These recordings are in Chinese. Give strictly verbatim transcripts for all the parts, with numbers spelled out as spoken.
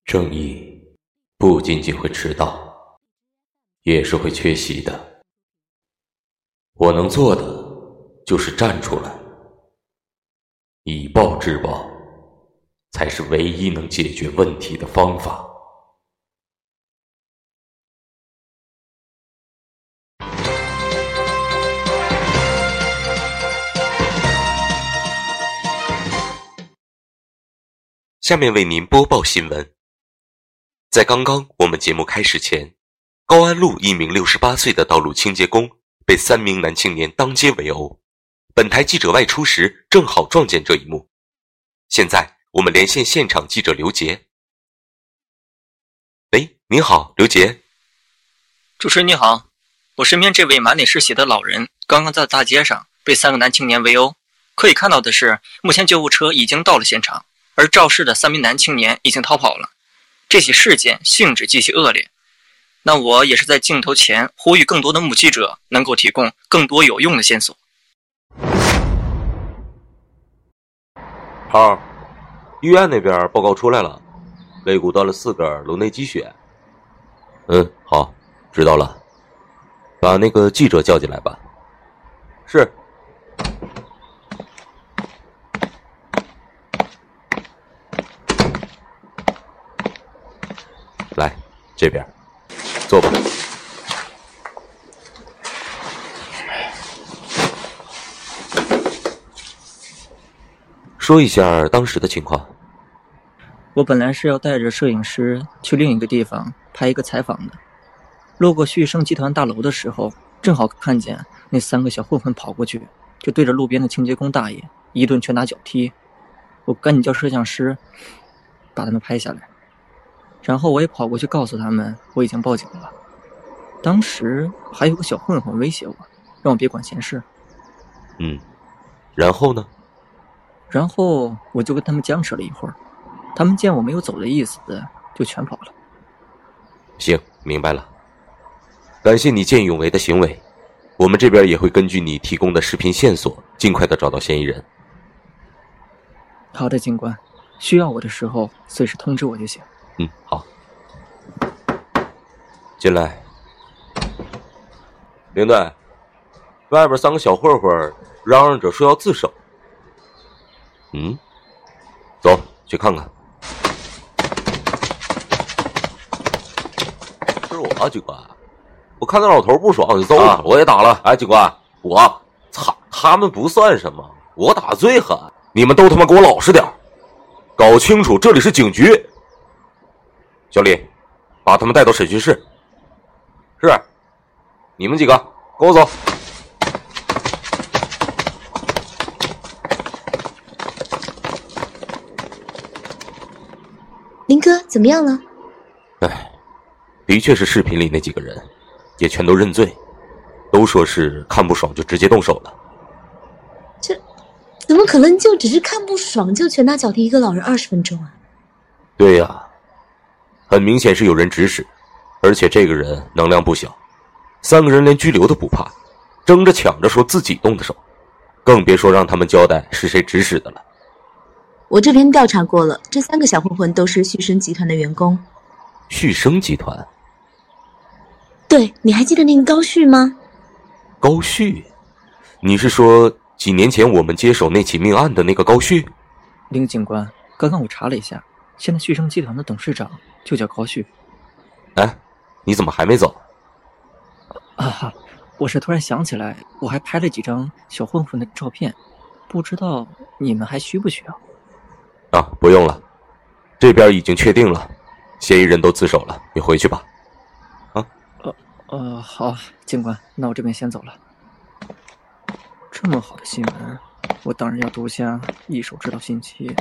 正义不仅仅会迟到，也是会缺席的。我能做的就是站出来，以暴制暴，才是唯一能解决问题的方法。 下面为您播报新闻。在刚刚我们节目开始前，高安路一名六十八岁的道路清洁工被三名男青年当街围殴，本台记者外出时正好撞见这一幕。现在我们连线现场记者刘杰。喂，您好，刘杰。 主持人你好，我身边这位满脸是血的老人刚刚在大街上被三个男青年围殴，可以看到的是，目前救护车已经到了现场，而肇事的三名男青年已经逃跑了。这起事件性质极其恶劣，那我也是在镜头前呼吁更多的目击者能够提供更多有用的线索。 号，医院那边报告出来了，肋骨断了四根，颅内积血。嗯，好，知道了。把那个记者叫进来吧。是。来，这边，坐吧。说一下当时的情况。 我本来是要带着摄影师去另一个地方拍一个采访的，路过旭升集团大楼的时候，正好看见那三个小混混跑过去，就对着路边的清洁工大爷一顿拳打脚踢。我赶紧叫摄像师把他们拍下来，然后我也跑过去告诉他们我已经报警了。当时还有个小混混威胁我，让我别管闲事。 嗯，然后呢？ 然后我就跟他们僵持了一会儿，他们见我没有走的意思，就全跑了。 行，明白了。感谢你见义勇为的行为，我们这边也会根据你提供的视频线索，尽快的找到嫌疑人。 好的，警官，需要我的时候随时通知我就行。 嗯，好。进来。领队，外边三个小混混嚷嚷着说要自首。嗯，走，去看看。是我啊，警官。我看那老头不爽就揍他、啊、我也打了。哎，警官，我操，他们不算什么，我打最狠。你们都他妈给我老实点，搞清楚这里是警局。小李，把他们带到审讯室。是。你们几个跟我走。 林哥怎么样了？ 哎，的确是视频里那几个人，也全都认罪，都说是看不爽就直接动手了。 这怎么可能就只是看不爽就拳打脚踢一个老人二十分钟啊？ 对呀、啊，很明显是有人指使，而且这个人能量不小，三个人连拘留都不怕，争着抢着说自己动的手，更别说让他们交代是谁指使的了。 我这边调查过了，这三个小混混都是旭升集团的员工。 旭升集团？ 对，你还记得那个高旭吗？ 高旭？你是说几年前我们接手那起命案的那个高旭？ 林警官，刚刚我查了一下，现在旭升集团的董事长就叫高旭。 哎，你怎么还没走？ 啊，我是突然想起来，我还拍了几张小混混的照片，不知道你们还需不需要？ 啊，不用了，这边已经确定了，嫌疑人都自首了，你回去吧。啊？ 呃呃，好，警官，那我这边先走了。这么好的新闻，我当然要独家一手知道信息。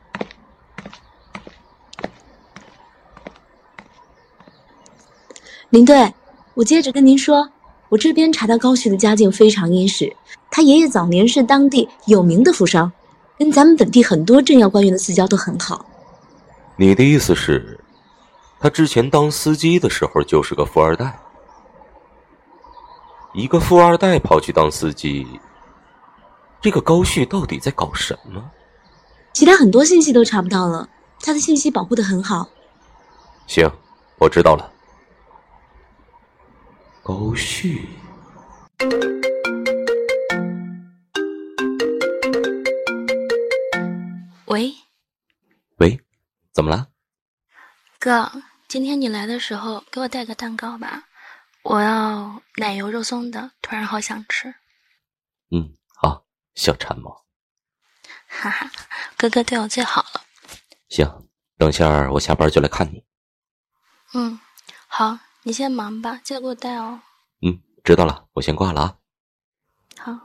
林队，我接着跟您说，我这边查到高旭的家境非常殷实，他爷爷早年是当地有名的富商，跟咱们本地很多政要官员的私交都很好。 你的意思是，他之前当司机的时候就是个富二代？一个富二代跑去当司机，这个高旭到底在搞什么？ 其他很多信息都查不到了，他的信息保护得很好。 行，我知道了。高旭， 喂， 喂，怎么了？ 哥，今天你来的时候给我带个蛋糕吧，我要奶油肉松的，突然好想吃。 嗯，好，小馋猫。 哈哈，哥哥对我最好了。 行，等下我下班就来看你。 嗯，好，你先忙吧，记得给我带哦。 嗯，知道了，我先挂了啊。 好。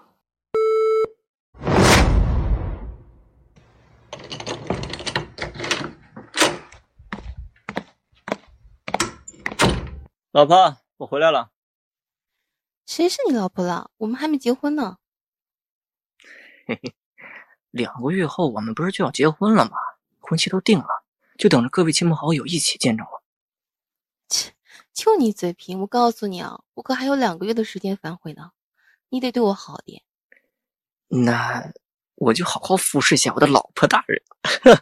老婆，我回来了。 谁是你老婆了？我们还没结婚呢。 嘿嘿，两个月后我们不是就要结婚了吗？婚期都定了，就等着各位亲朋好友一起见证了。 切，就你嘴贫！我告诉你啊，我可还有两个月的时间反悔呢，你得对我好点。 那我就好好服侍一下我的老婆大人。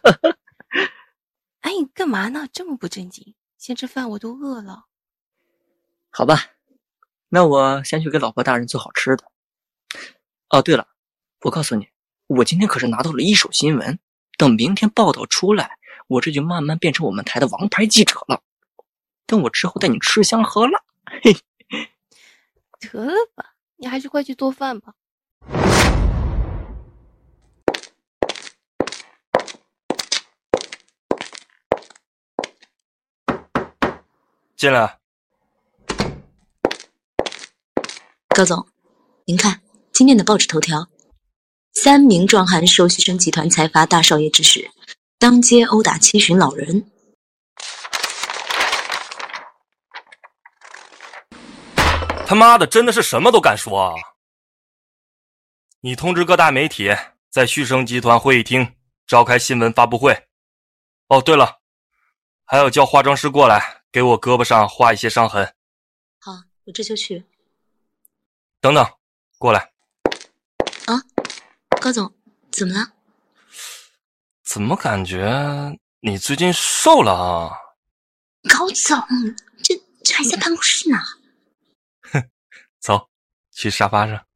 哎，你干嘛呢？这么不正经？先吃饭，我都饿了。 好吧，那我先去给老婆大人做好吃的。哦，对了，我告诉你，我今天可是拿到了一手新闻，等明天报道出来，我这就慢慢变成我们台的王牌记者了。等我之后带你吃香喝辣。嘿， 得了吧，你还是快去做饭吧。 进来。 高总，您看今天的报纸头条：三名壮汉受旭升集团财阀大少爷指使，当街殴打七旬老人。 他妈的，真的是什么都敢说啊！你通知各大媒体在旭升集团会议厅召开新闻发布会。哦，对了，还有叫化妆师过来给我胳膊上画一些伤痕。 好，我这就去。 等等，过来。 啊，高总，怎么了？ 怎么感觉你最近瘦了啊？ 高总，这这还在办公室呢。 哼，走，去沙发上。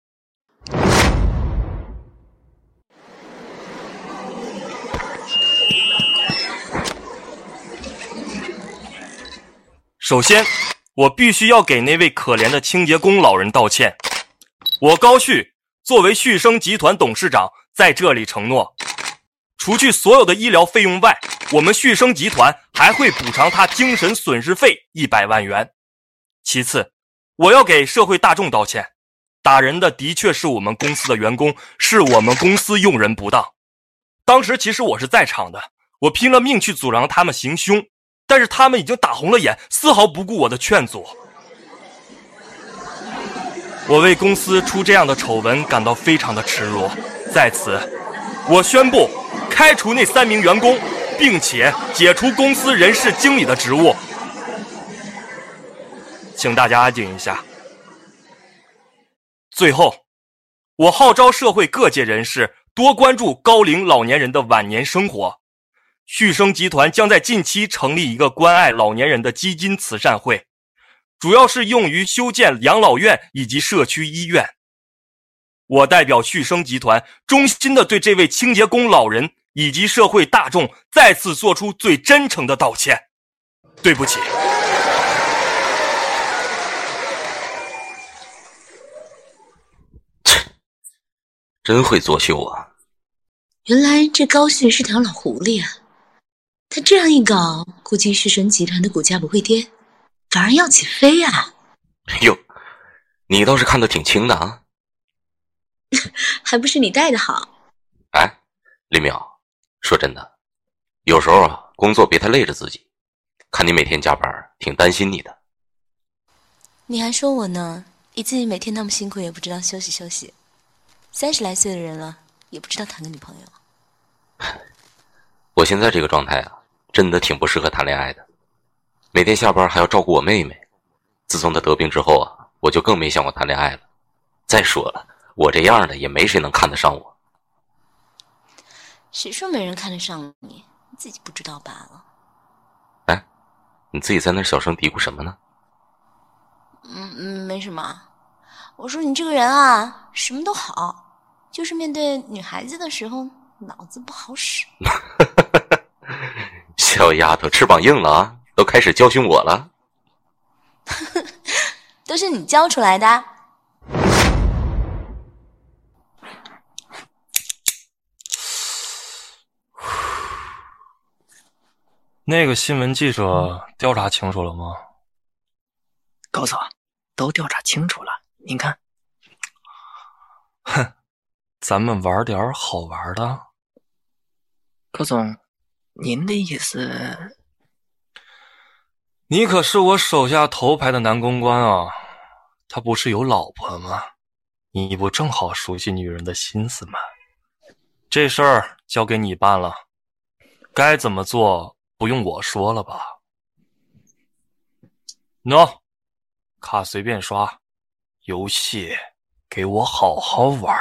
首先，我必须要给那位可怜的清洁工老人道歉。我高旭作为旭升集团董事长，在这里承诺，除去所有的医疗费用外，我们旭升集团还会补偿他精神损失费一百万元。其次，我要给社会大众道歉，打人的的确是我们公司的员工，是我们公司用人不当。当时其实我是在场的，我拼了命去阻挠他们行凶，但是他们已经打红了眼，丝毫不顾我的劝阻。我为公司出这样的丑闻感到非常的耻辱，在此我宣布开除那三名员工，并且解除公司人事经理的职务。请大家安静一下。最后，我号召社会各界人士多关注高龄老年人的晚年生活。旭升集团将在近期成立一个关爱老年人的基金慈善会，主要是用于修建养老院以及社区医院。我代表旭升集团衷心地对这位清洁工老人以及社会大众再次做出最真诚的道歉。对不起。 真会作秀啊！ 原来这高旭是条老狐狸啊！他这样一搞，估计旭升集团的股价不会跌，反而要起飞啊！ 哟，你倒是看得挺清的啊！ 还不是你带的好。 哎，李淼，说真的，有时候啊，工作别太累着自己。看你每天加班，挺担心你的。 你还说我呢？你自己每天那么辛苦，也不知道休息休息。三十来岁的人了，也不知道谈个女朋友。 我现在这个状态啊，真的挺不适合谈恋爱的。每天下班还要照顾我妹妹。自从她得病之后啊，我就更没想过谈恋爱了。再说了，我这样的也没谁能看得上我。 谁说没人看得上你？你自己不知道罢了。 哎， 你自己在那小声嘀咕什么呢？ 嗯嗯，没什么。我说你这个人啊，什么都好，就是面对女孩子的时候，脑子不好使。 小丫头翅膀硬了啊，都开始教训我了。 都是你教出来的。 那个新闻记者调查清楚了吗？ 高总，都调查清楚了，您看。 哼，咱们玩点好玩的。 高总，您的意思？ 你可是我手下头牌的男公关啊，他不是有老婆吗？你不正好熟悉女人的心思吗？这事儿交给你办了，该怎么做不用我说了吧？ No， 卡随便刷，游戏给我好好玩。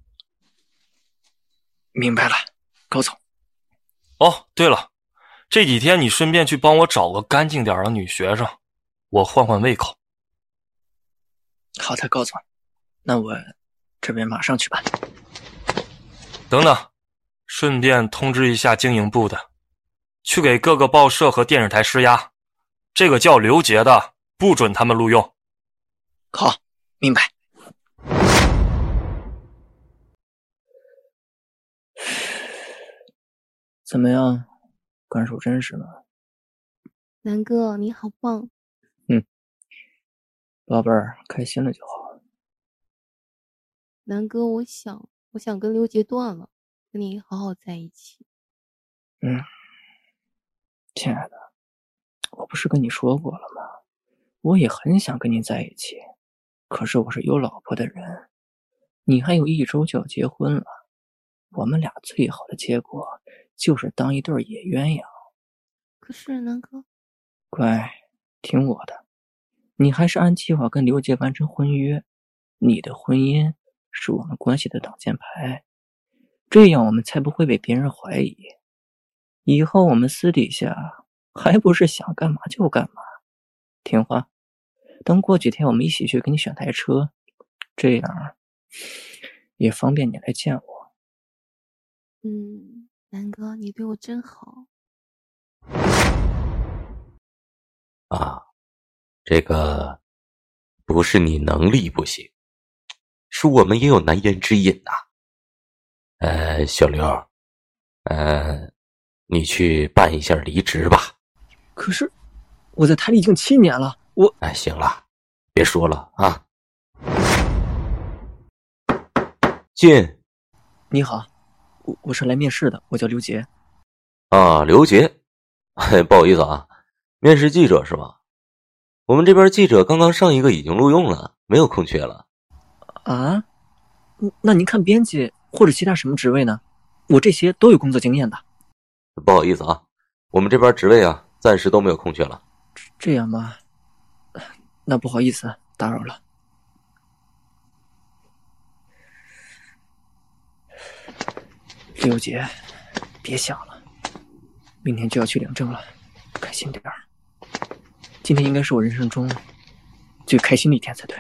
明白了，高总。 哦，对了，这几天你顺便去帮我找个干净点的女学生，我换换胃口。 好的，高总，那我这边马上去办。 等等，顺便通知一下经营部的，去给各个报社和电视台施压，这个叫刘杰的不准他们录用。 好，明白。怎么样，感受真实了？ 南哥，你好棒。 嗯，宝贝儿，开心了就好。 南哥，我想，我想跟刘杰断了，跟你好好在一起。 嗯，亲爱的，我不是跟你说过了吗？我也很想跟你在一起，可是我是有老婆的人，你还有一周就要结婚了，我们俩最好的结果就是当一对野鸳鸯。 可是南哥， 乖，听我的，你还是按计划跟刘杰完成婚约，你的婚姻是我们关系的挡箭牌，这样我们才不会被别人怀疑。以后我们私底下还不是想干嘛就干嘛，听话。等过几天我们一起去给你选台车，这样也方便你来见我。 嗯，南哥，你对我真好。 啊，这个不是你能力不行，是我们也有难言之隐呐、啊。呃，小刘，呃，你去办一下离职吧。 可是我在台里已经七年了，我…… 哎，行了，别说了啊。进。 你好，我我是来面试的，我叫刘杰。 啊，刘杰，哎，不好意思啊，面试记者是吧？我们这边记者刚刚上一个已经录用了，没有空缺了。 啊？那您看编辑或者其他什么职位呢？我这些都有工作经验的。 不好意思啊，我们这边职位啊，暂时都没有空缺了。 这样吗？那不好意思，打扰了。刘杰，别想了，明天就要去领证了，开心点儿。今天应该是我人生中最开心的一天才对。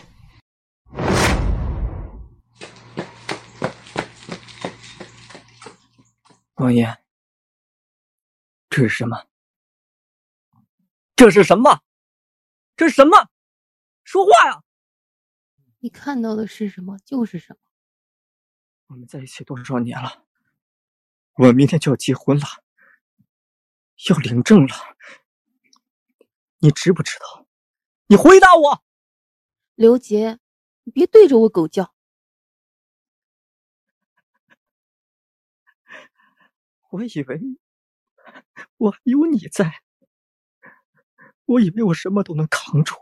王爷，这是什么？这是什么？这是什么？说话呀！ 你看到的是什么就是什么。 我们在一起多少年了？我们明天就要结婚了，要领证了。你知不知道？你回答我！ 刘杰，你别对着我狗叫。 我以为我还有你在，我以为我什么都能扛住。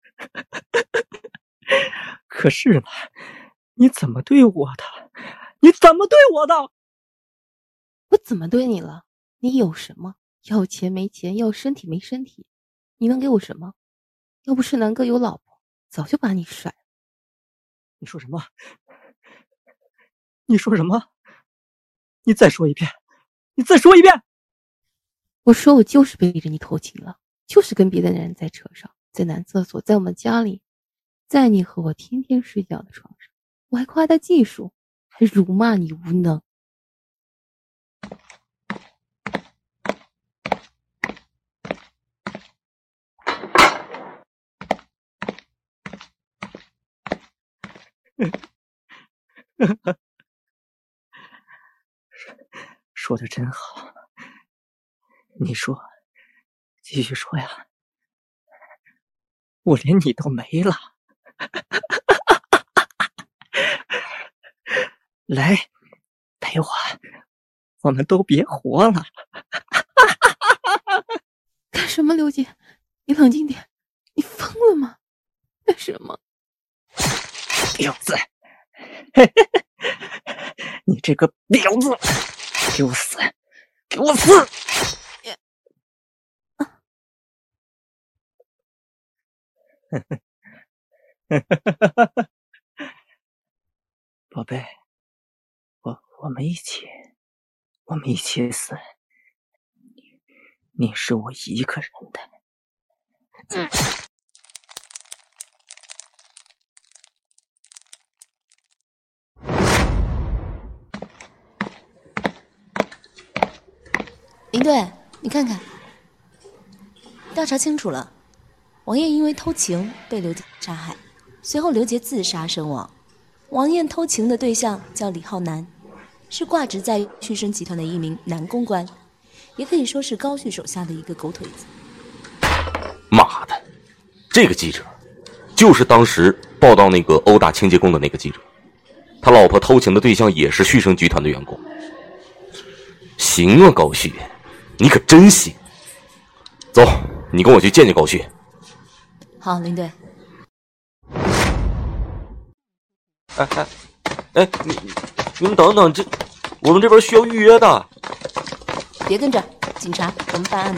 可是呢，你怎么对我的？你怎么对我的？ 我怎么对你了？你有什么？要钱没钱，要身体没身体，你能给我什么？要不是南哥有老婆，早就把你甩了。 你说什么？你说什么？你再说一遍！你再说一遍！ 我说我就是背着你偷情了， 就是跟别的男人在车上，在男厕所，在我们家里，在你和我天天睡觉的床上，我还夸他技术，还辱骂你无能。 说的真好，你说，继续说呀，我连你都没了。来，陪我，我们都别活了。 干什么，刘姐？你冷静点，你疯了吗？干什么？ 婊子！你这个婊子，给我死！给我死！宝贝，我我们一起，我们一起死。你你是我一个人的。嗯。 林队，你看看，调查清楚了，王艳因为偷情被刘杰杀害，随后刘杰自杀身亡。王艳偷情的对象叫李浩南，是挂职在旭升集团的一名男公关，也可以说是高旭手下的一个狗腿子。 妈的，这个记者就是当时报道那个殴打清洁工的那个记者，他老婆偷情的对象也是旭升集团的员工。行啊，高旭，你可真行！走，你跟我去见见高旭。 好，林队。 哎哎哎，你你们等等，这我们这边需要预约的。 别跟着，警察，我们办案的。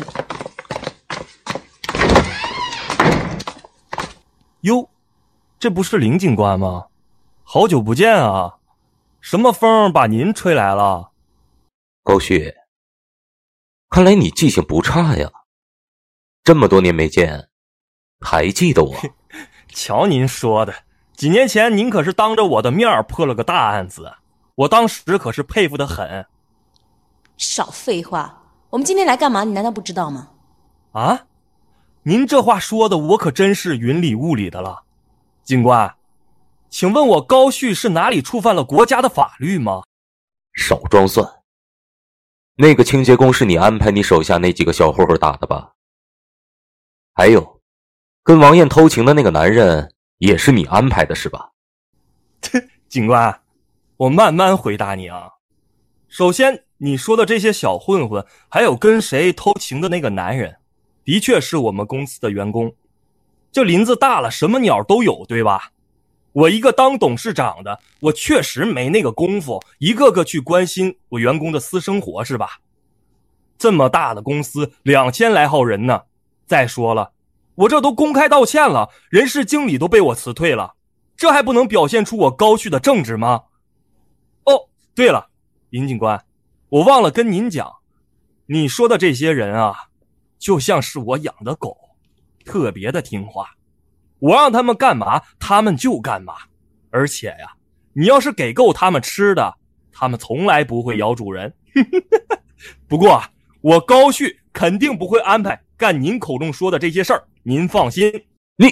哟，这不是林警官吗？好久不见啊！什么风把您吹来了？ 高旭，看来你记性不差呀，这么多年没见，还记得我？ 瞧您说的，几年前您可是当着我的面破了个大案子，我当时可是佩服得很。 少废话，我们今天来干嘛？你难道不知道吗？ 啊？您这话说的我可真是云里雾里的了。警官，请问我高旭是哪里触犯了国家的法律吗？ 少装蒜。那个清洁工是你安排你手下那几个小混混打的吧？还有，跟王艳偷情的那个男人也是你安排的是吧？ 警官，我慢慢回答你啊。首先，你说的这些小混混，还有跟谁偷情的那个男人，的确是我们公司的员工。这林子大了，什么鸟都有，对吧？我一个当董事长的，我确实没那个功夫一个个去关心我员工的私生活，是吧？这么大的公司，两千来号人呢。再说了，我这都公开道歉了，人事经理都被我辞退了，这还不能表现出我高旭的正直吗？哦，对了，林警官，我忘了跟您讲，你说的这些人啊，就像是我养的狗，特别的听话。我让他们干嘛，他们就干嘛。而且呀，你要是给够他们吃的，他们从来不会咬主人。不过啊，我高旭肯定不会安排干您口中说的这些事儿，您放心。 你，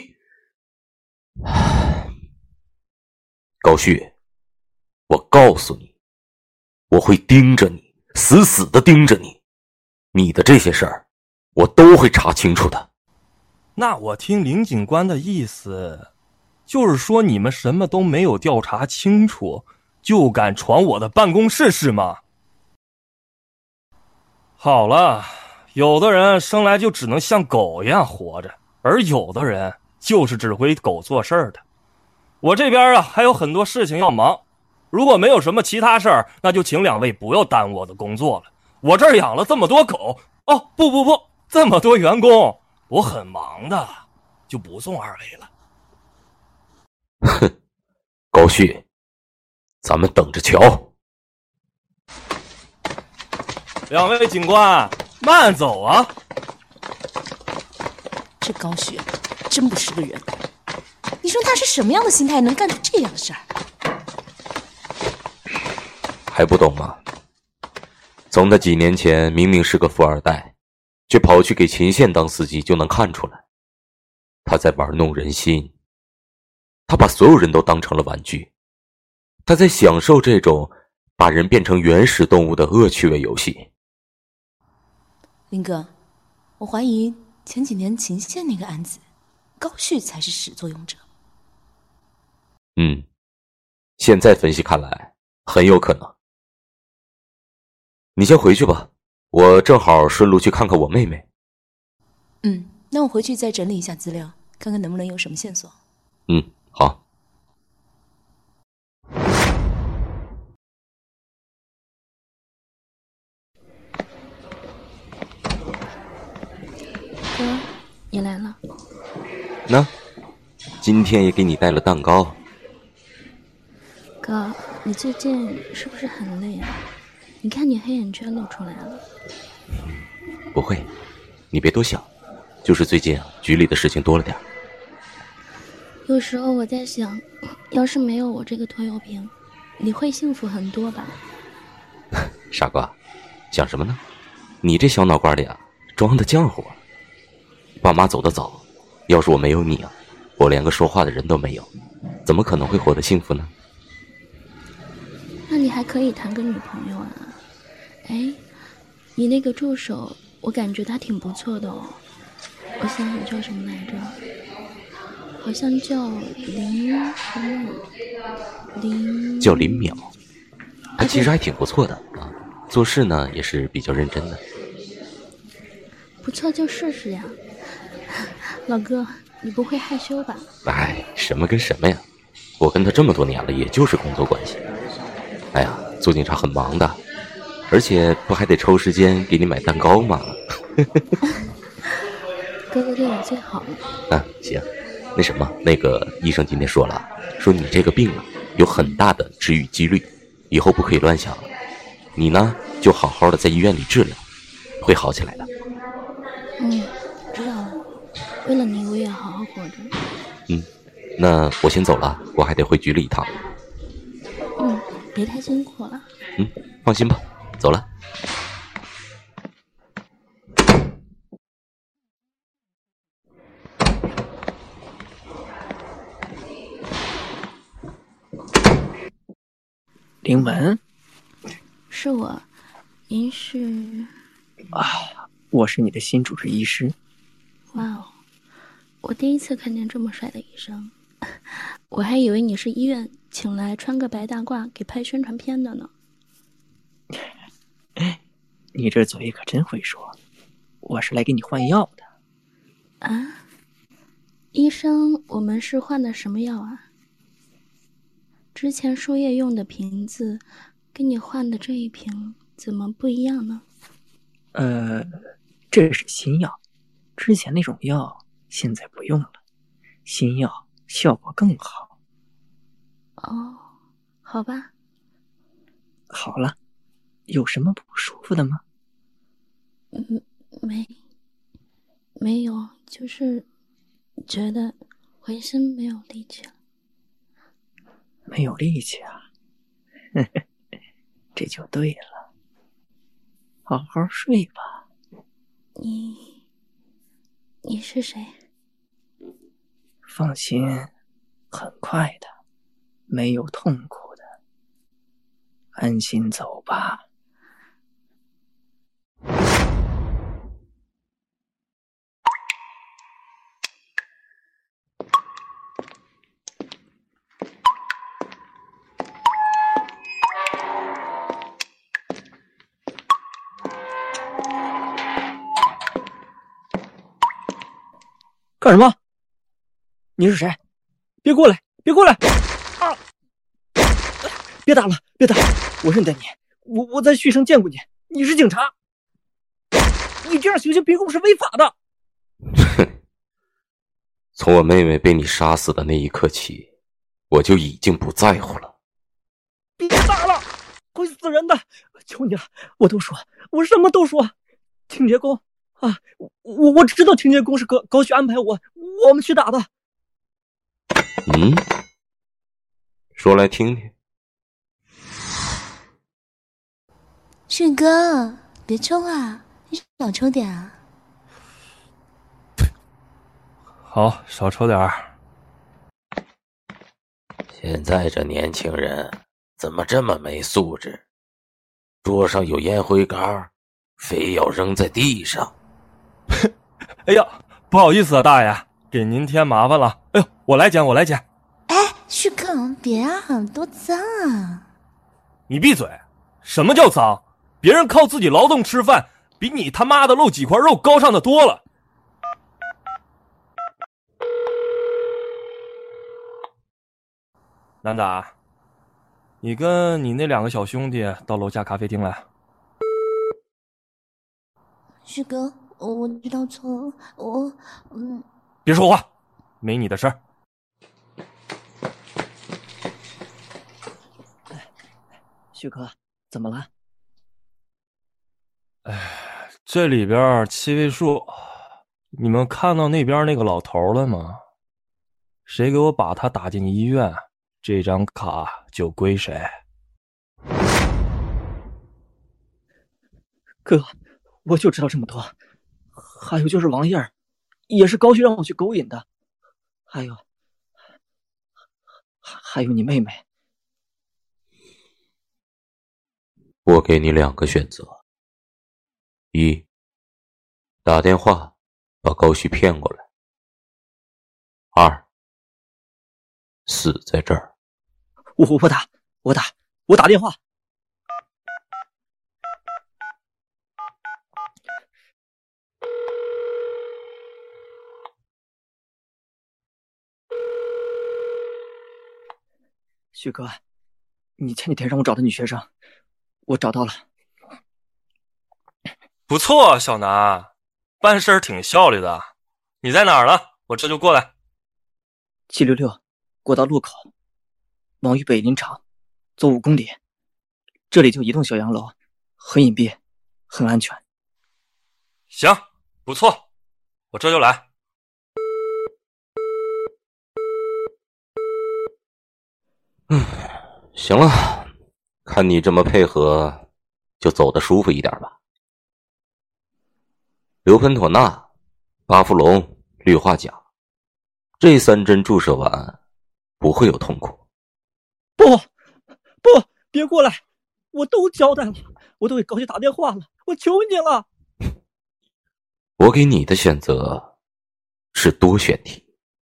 高旭，我告诉你，我会盯着你，死死的盯着你，你的这些事儿，我都会查清楚的。 那我听林警官的意思，就是说你们什么都没有调查清楚，就敢闯我的办公室是吗？好了，有的人生来就只能像狗一样活着，而有的人就是只会狗做事儿的。我这边啊还有很多事情要忙，如果没有什么其他事儿，那就请两位不要耽误我的工作了。我这儿养了这么多狗，哦不不不，这么多员工，我很忙的，就不送二位了。 哼，高旭，咱们等着瞧。 两位警官，慢走啊！ 这高旭真不是个人。你说他是什么样的心态，能干出这样的事儿？ 还不懂吗？从他几年前明明是个富二代，却跑去给秦县当司机，就能看出来，他在玩弄人心。他把所有人都当成了玩具，他在享受这种把人变成原始动物的恶趣味游戏。 林哥，我怀疑前几年秦县那个案子，高旭才是始作俑者。 嗯，现在分析看来很有可能。你先回去吧，我正好顺路去看看我妹妹。 嗯，那我回去再整理一下资料，看看能不能有什么线索。 嗯，好。 哥，你来了。 那，今天也给你带了蛋糕。 哥，你最近是不是很累啊？你看你黑眼圈露出来了。 不会，你别多想，就是最近啊，局里的事情多了点。 有时候我在想，要是没有我这个拖油瓶，你会幸福很多吧？ 傻瓜，想什么呢？你这小脑瓜里啊，装的浆糊啊。爸妈走得早，要是我没有你啊，我连个说话的人都没有，怎么可能会活得幸福呢？ 那你还可以谈个女朋友啊。哎，你那个助手，我感觉他挺不错的哦。我想想叫什么来着？好像叫林什么？林叫林淼，他其实还挺不错的啊，做事呢也是比较认真的。 不错就试试呀。老哥，你不会害羞吧？ 哎，什么跟什么呀，我跟他这么多年了，也就是工作关系。哎呀，做警察很忙的，而且不还得抽时间给你买蛋糕吗？ 哥哥对我最好了。 啊，行，那什么，那个医生今天说了，说你这个病啊有很大的治愈几率，以后不可以乱想了。你呢，就好好的在医院里治疗，会好起来的。 嗯，知道了。为了你，我也好好活着。 嗯，那我先走了，我还得回局里一趟。 嗯，别太辛苦了。 嗯，放心吧，走了。 林文， 是我，您是？ 啊，我是你的新主治医师。 哇哦，我第一次看见这么帅的医生，我还以为你是医院请来穿个白大褂给拍宣传片的呢。 你这嘴可真会说，我是来给你换药的。 啊，医生，我们是换的什么药啊？之前输液用的瓶子跟你换的这一瓶怎么不一样呢？ 呃，这是新药，之前那种药现在不用了，新药效果更好。 哦，好吧。 好了，有什么不舒服的吗？ 嗯，没，没有，就是觉得浑身没有力气了。 没有力气啊，这就对了。好好睡吧。 你，你是谁？ 放心，很快的，没有痛苦的，安心走吧。干什么？你是谁？别过来！别过来！啊！别打了！别打！我认得你，我我在旭升见过你，你是警察。你这样行刑逼供是违法的。 哼！从我妹妹被你杀死的那一刻起，我就已经不在乎了。 别打了，会死人的！求你了，我都说，我什么都说。清洁工， 啊，我我知道清洁工是高高旭安排我，我们去打的。 嗯，说来听听。 旭哥，别抽啊，你少抽点啊。 好，少抽点儿。 现在这年轻人怎么这么没素质？桌上有烟灰缸，非要扔在地上。 哎呀，不好意思啊，大爷，给您添麻烦了。哎呦，我来捡，我来捡。 哎，旭哥，别啊，多脏啊！ 你闭嘴！什么叫脏？别人靠自己劳动吃饭，比你他妈的露几块肉高尚的多了。男的，你跟你那两个小兄弟到楼下咖啡厅来。 旭哥，我我知道错了，我嗯。 别说话，没你的事儿。 旭哥，怎么了？ 哎，这里边七位数，你们看到那边那个老头了吗？谁给我把他打进医院，这张卡就归谁。 哥，我就知道这么多。还有就是王燕，也是高旭让我去勾引的。还有，还有你妹妹。 我给你两个选择：一，打电话把高旭骗过来；二，死在这儿。 我我打，我打，我打电话。旭哥，你前几天让我找的女学生，我找到了。 不错，小南，办事挺效率的。你在哪儿呢？我这就过来。 七六六过道路口，往渝北林场，走五公里。这里就一栋小洋楼，很隐蔽，很安全。 行，不错，我这就来。 嗯，行了，看你这么配合，就走得舒服一点吧。硫喷妥钠、巴夫龙、氯化钾，这三针注射完不会有痛苦。 不不，别过来，我都交代了，我都给高旭打电话了，我求你了。 我给你的选择是多选题。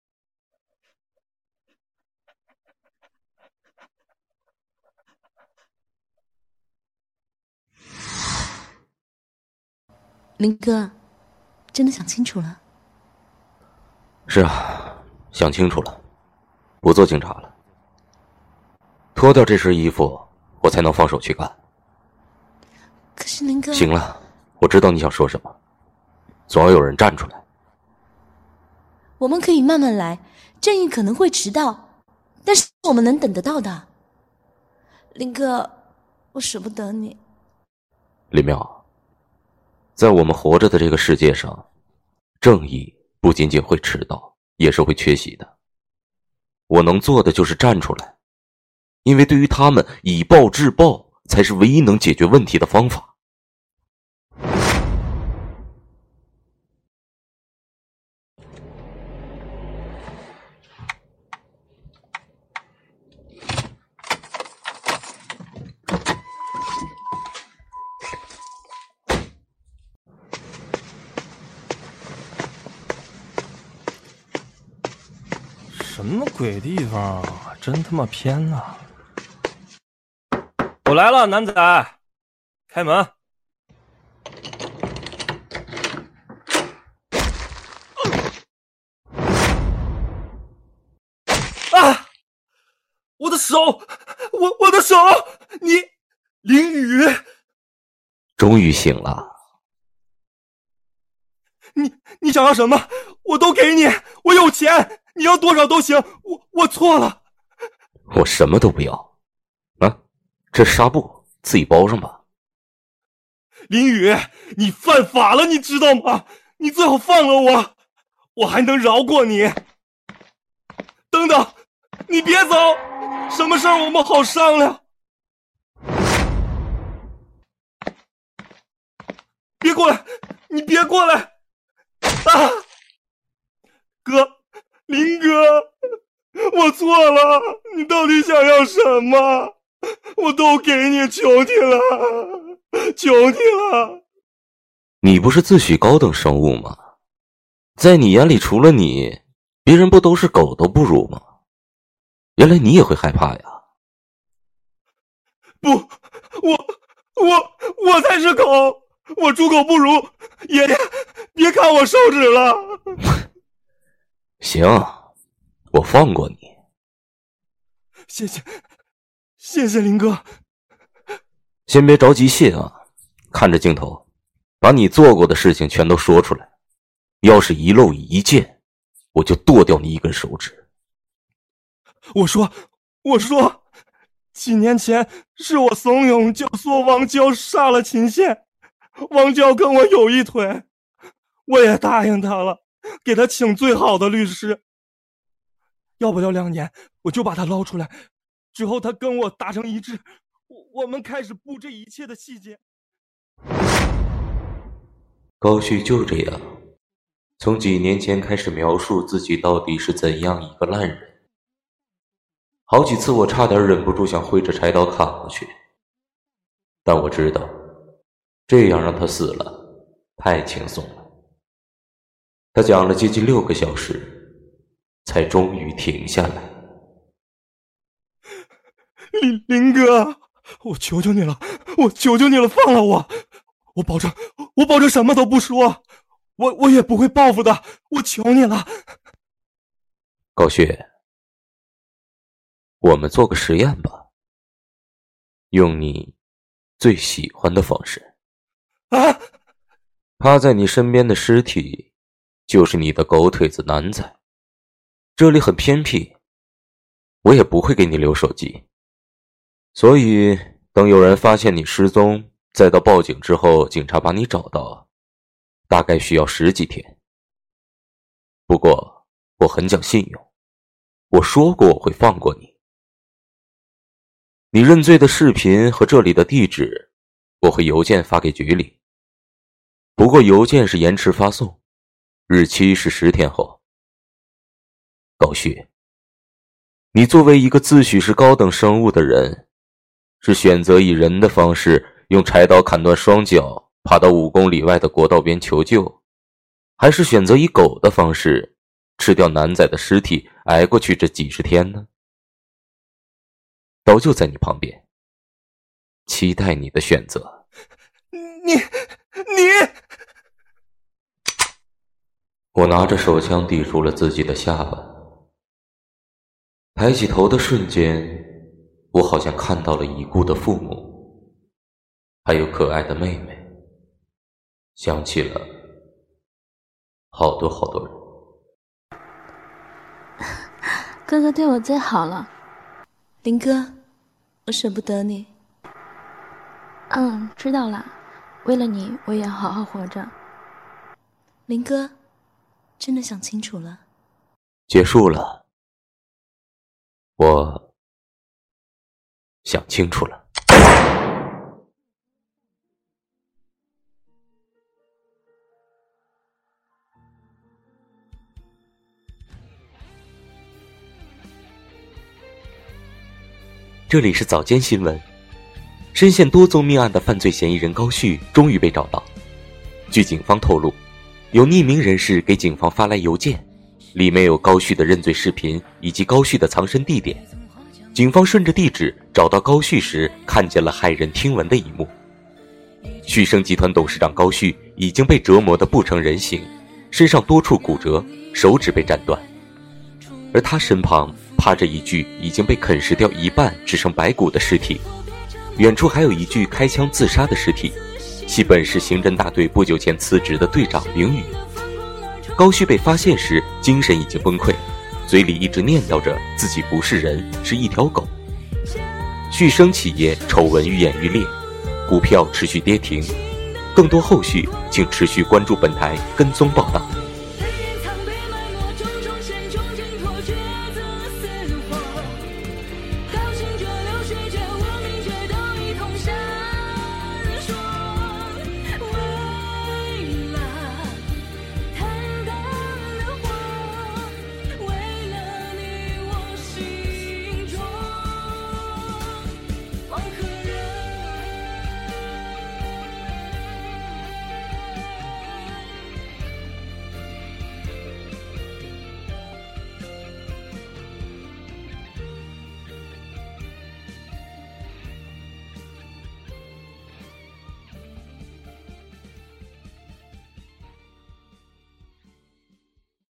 林哥，真的想清楚了？ 是啊，想清楚了，不做警察了。脱掉这身衣服，我才能放手去干。 可是林哥…… 行了，我知道你想说什么，总要有人站出来。 我们可以慢慢来，正义可能会迟到，但是我们能等得到的。林哥，我舍不得你。 林淼，在我们活着的这个世界上，正义不仅仅会迟到，也是会缺席的。我能做的就是站出来，因为对于他们，以暴制暴才是唯一能解决问题的方法。 什么鬼地方啊，真他妈偏啊！我来了，男仔，开门。啊！我的手，我我的手，你林雨， 终于醒了。 你你想要什么，我都给你，我有钱。你要多少都行，我我错了。 我什么都不要，啊，这纱布自己包上吧。 林宇，你犯法了，你知道吗？你最好放了我，我还能饶过你。等等，你别走，什么事儿我们好商量。别过来，你别过来！啊，哥，林哥，我错了，你到底想要什么？我都给你，求你了，求你了。 你不是自诩高等生物吗？在你眼里除了你，别人不都是狗都不如吗？原来你也会害怕呀。 不，我我我才是狗，我猪狗不如。爷爷，别看我受指了。 行，我放过你。 谢谢谢谢林哥。 先别着急谢啊，看着镜头，把你做过的事情全都说出来，要是遗漏一件，我就剁掉你一根手指。 我说我说几年前是我怂恿教唆王娇杀了秦县，王娇跟我有一腿，我也答应他了，给他请最好的律师。要不了两年我就把他捞出来，之后他跟我达成一致，我们开始布置一切的细节。 高旭就这样从几年前开始描述自己到底是怎样一个烂人。好几次我差点忍不住想挥着柴刀砍过去，但我知道这样让他死了太轻松了。他讲了接近六个小时才终于停下来。 林林哥，我求求你了，我求求你了，放了我，我保证我保证什么都不说，我我也不会报复的，我求你了。 高旭，我们做个实验吧，用你最喜欢的方式。 啊！ 趴在你身边的尸体就是你的狗腿子男仔，这里很偏僻，我也不会给你留手机，所以等有人发现你失踪，再到报警之后警察把你找到，大概需要十几天。不过我很讲信用，我说过我会放过你。你认罪的视频和这里的地址我会邮件发给局里，不过邮件是延迟发送，日期是十天后。高旭，你作为一个自诩是高等生物的人，是选择以人的方式用柴刀砍断双脚爬到五公里外的国道边求救，还是选择以狗的方式吃掉男仔的尸体挨过去这几十天呢？刀就在你旁边，期待你的选择。 你你我拿着手枪抵住了自己的下巴，抬起头的瞬间，我好像看到了已故的父母，还有可爱的妹妹，想起了好多好多人。 哥哥对我最好了。 林哥，我舍不得你。 嗯，知道了，为了你我也要好好活着。 林哥，真的想清楚了。 结束了，我想清楚了。 这里是早间新闻。深陷多宗命案的犯罪嫌疑人高旭终于被找到。据警方透露，有匿名人士给警方发来邮件，里面有高旭的认罪视频以及高旭的藏身地点。警方顺着地址找到高旭时，看见了骇人听闻的一幕。旭升集团董事长高旭已经被折磨得不成人形，身上多处骨折，手指被斩断，而他身旁趴着一具已经被啃食掉一半只剩白骨的尸体，远处还有一具开枪自杀的尸体，其本是刑侦大队不久前辞职的队长凌宇。高旭被发现时精神已经崩溃，嘴里一直念叨着自己不是人，是一条狗。旭升企业丑闻愈演愈烈，股票持续跌停， 更多后续，请持续关注本台跟踪报道。